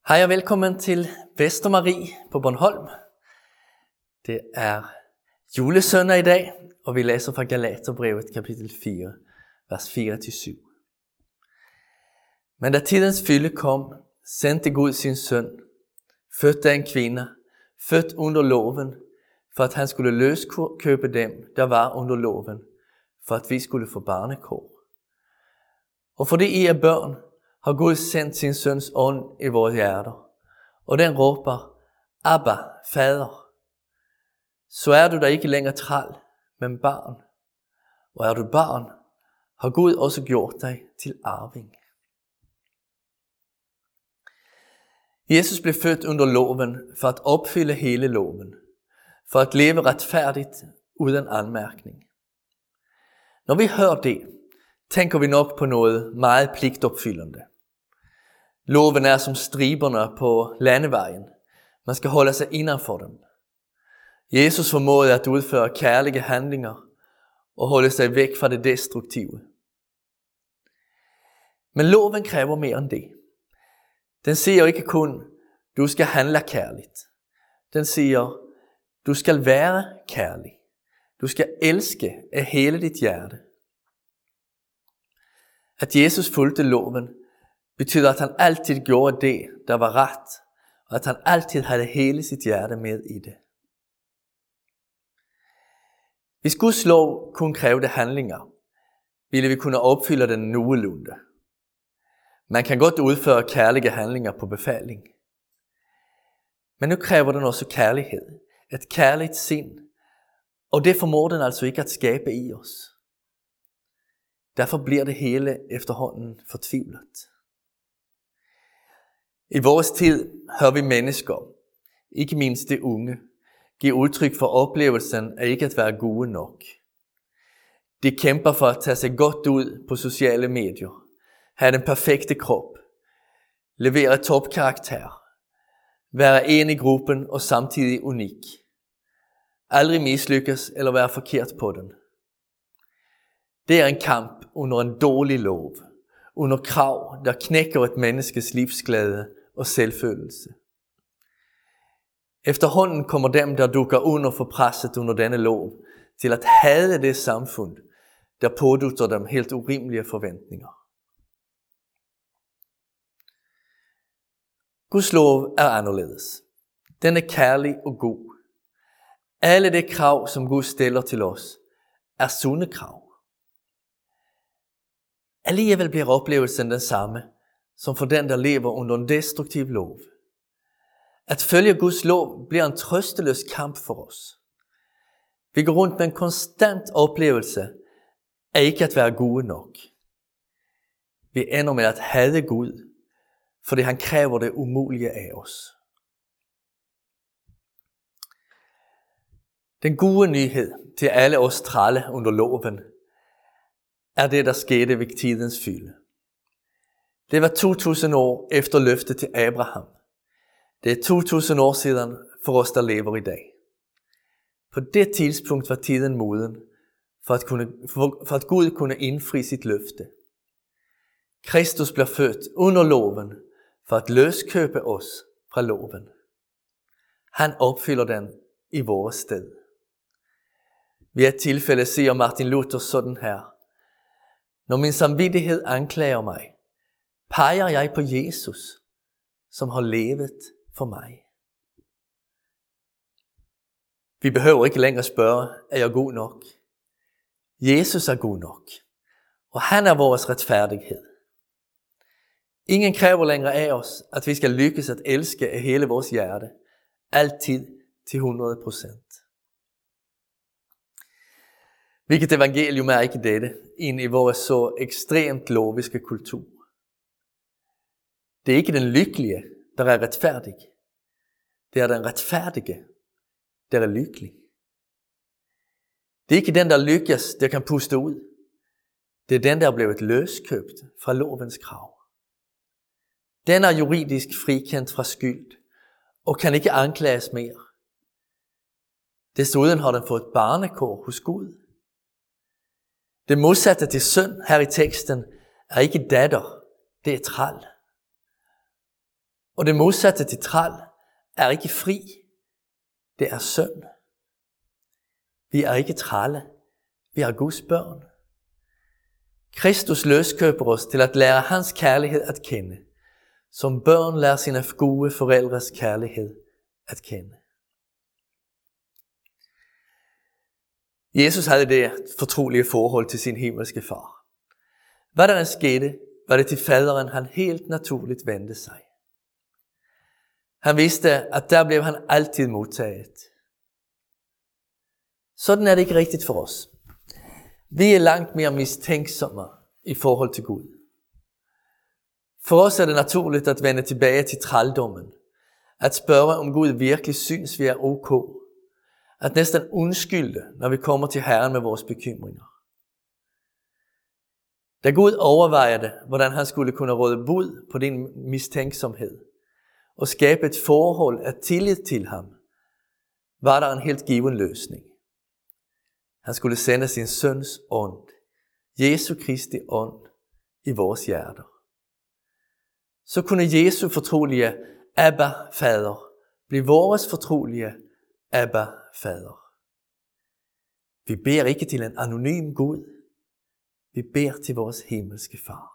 Hej og velkommen til Vestermarie på Bornholm. Det er julesøndag i dag, og vi læser fra Galaterbrevet kapitel 4, vers 4-7. Men da tidens fylde kom, sendte Gud sin søn, født af en kvinde, født under loven, for at han skulle løskøbe dem, der var under loven, for at vi skulle få barnekår. Og fordi I er børn, har Gud sendt sin søns ånd i vores hjerter, og den råber, Abba, fader. Så er du da ikke længere træl, men barn. Og er du barn, har Gud også gjort dig til arving. Jesus blev født under loven for at opfylde hele loven, for at leve retfærdigt uden anmærkning. Når vi hører det, tænker vi nok på noget meget pligtopfyldende. Loven er som striberne på landevejen. Man skal holde sig indenfor dem. Jesus formåede at udføre kærlige handlinger og holde sig væk fra det destruktive. Men loven kræver mere end det. Den siger ikke kun, du skal handle kærligt. Den siger, du skal være kærlig. Du skal elske af hele dit hjerte. At Jesus fulgte loven, betyder, at han altid gjorde det, der var ret, og at han altid havde hele sit hjerte med i det. Hvis Guds lov kun krævede handlinger, ville vi kunne opfylde den nogenlunde. Man kan godt udføre kærlige handlinger på befaling. Men nu kræver den også kærlighed, et kærligt sind, og det formår den altså ikke at skabe i os. Derfor bliver det hele efterhånden fortvivlet. I vores tid hører vi mennesker, ikke mindst de unge, give udtryk for oplevelsen af ikke at være gode nok. De kæmper for at tage sig godt ud på sociale medier, have den perfekte krop, levere topkarakter, være en i gruppen og samtidig unik, aldrig mislykkes eller være forkert på den. Det er en kamp under en dårlig lov, under krav, der knækker et menneskes livsglæde og selvfølelse. Efterhånden kommer dem, der dukker under for presset under denne lov, til at hade det samfund, der pådutter dem helt urimelige forventninger. Guds lov er anderledes. Den er kærlig og god. Alle de krav, som Gud stiller til os, er sunde krav. Alligevel bliver oplevelsen den samme, som for den, der lever under en destruktiv lov. At følge Guds lov bliver en trøsteløs kamp for os. Vi går rundt med en konstant oplevelse af ikke at være gode nok. Vi ender med at hade Gud, fordi han kræver det umulige af os. Den gode nyhed til alle os trælle under loven er det, der skete ved tidens fylde. Det var 2000 år efter løftet til Abraham. Det er 2000 år siden for os, der lever i dag. På det tidspunkt var tiden moden for at Gud kunne indfri sit løfte. Kristus blev født under loven for at løskøbe os fra loven. Han opfylder den i vores sted. Ved et tilfælde siger Martin Luther sådan her: Når min samvittighed anklager mig, peger jeg på Jesus, som har levet for mig. Vi behøver ikke længere spørge, er jeg god nok? Jesus er god nok, og han er vores retfærdighed. Ingen kræver længere af os, at vi skal lykkes at elske af hele vores hjerte, altid til 100%. Hvilket evangelium er ikke dette, ind i vores så ekstremt loviske kultur. Det er ikke den lykkelige, der er retfærdig. Det er den retfærdige, der er lykkelig. Det er ikke den, der lykkes, der kan puste ud. Det er den, der er blevet løskøbt fra lovens krav. Den er juridisk frikendt fra skyld, og kan ikke anklages mere. Desuden har den fået barnekår hos Gud. Det modsatte til søn her i teksten er ikke datter, det er træl. Og det modsatte til træl er ikke fri, det er søn. Vi er ikke trælle, vi er Guds børn. Kristus løskøber os til at lære hans kærlighed at kende, som børn lærer sine gode forældres kærlighed at kende. Jesus havde det fortrolige forhold til sin himmelske far. Hvad der end skete, var det til faderen, han helt naturligt vendte sig. Han vidste, at der blev han altid modtaget. Sådan er det ikke rigtigt for os. Vi er langt mere mistænksomme i forhold til Gud. For os er det naturligt at vende tilbage til trældommen. At spørge, om Gud virkelig synes, vi er ok. At næsten undskylde, når vi kommer til Herren med vores bekymringer. Da Gud overvejede, hvordan han skulle kunne råde bod på din mistænksomhed og skabe et forhold af tillid til ham, var der en helt given løsning. Han skulle sende sin søns ånd, Jesu Kristi ånd, i vores hjerter. Så kunne Jesu fortrolige Abba Fader blive vores fortrolige Abba Fader. Vi beder ikke til en anonym Gud. Vi beder til vores himmelske far.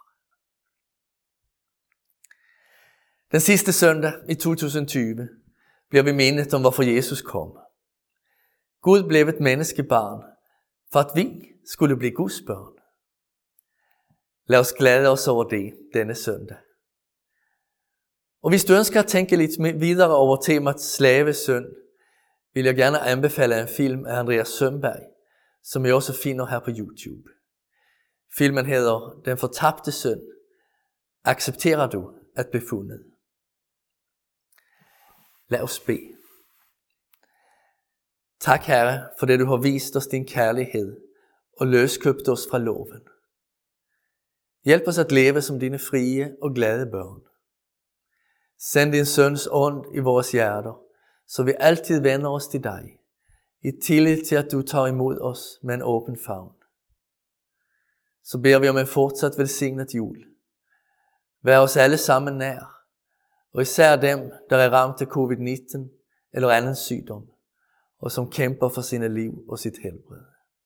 Den sidste søndag i 2020 bliver vi mindet om, hvorfor Jesus kom. Gud blev et menneskebarn, for at vi skulle blive Guds børn. Lad os glæde os over det denne søndag. Og hvis du ønsker at tænke lidt videre over temaet slavesøn, vil jeg gerne anbefale en film af Andreas Sønberg, som jeg også finder her på YouTube. Filmen hedder Den fortabte søn. Accepterer du at blive fundet? Lad os bede. Tak, Herre, for det du har vist os din kærlighed og løskøbt os fra loven. Hjælp os at leve som dine frie og glade børn. Send din søns ånd i vores hjerter, så vi altid vender os til dig, i tillid til at du tager imod os med en åben favn. Så beder vi om en fortsat velsignet jul. Vær os alle sammen nær, og især dem, der er ramt af covid-19 eller anden sygdom, og som kæmper for sine liv og sit helbred.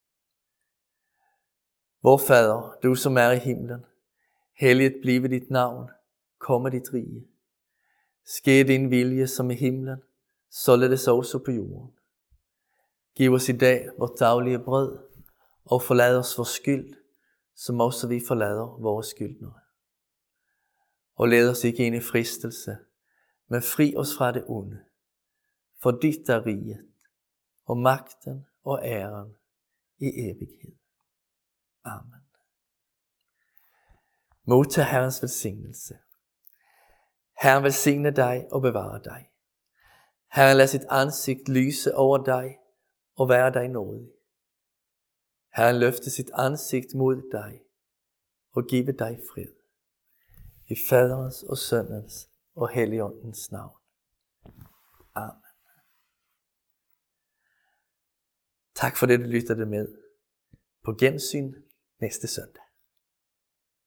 Vor Fader, du som er i himlen, helliget blive dit navn, komme dit rige. Ske din vilje som i himlen, således også på jorden. Giv os i dag vores daglige brød, og forlad os vores skyld, som også vi forlader vores skyldnere. Og led os ikke ind i fristelse, men fri os fra det onde. For dit er riget, og magten og æren i evighed. Amen. Modtag Herrens velsignelse. Herren velsigne dig og bevare dig. Herren lad sit ansigt lyse over dig og være dig nådig. Herren løfte sit ansigt mod dig og give dig fred. I Faderens og Sønnens og Helligåndens navn. Amen. Tak for det, du lyttede med. På gensyn næste søndag.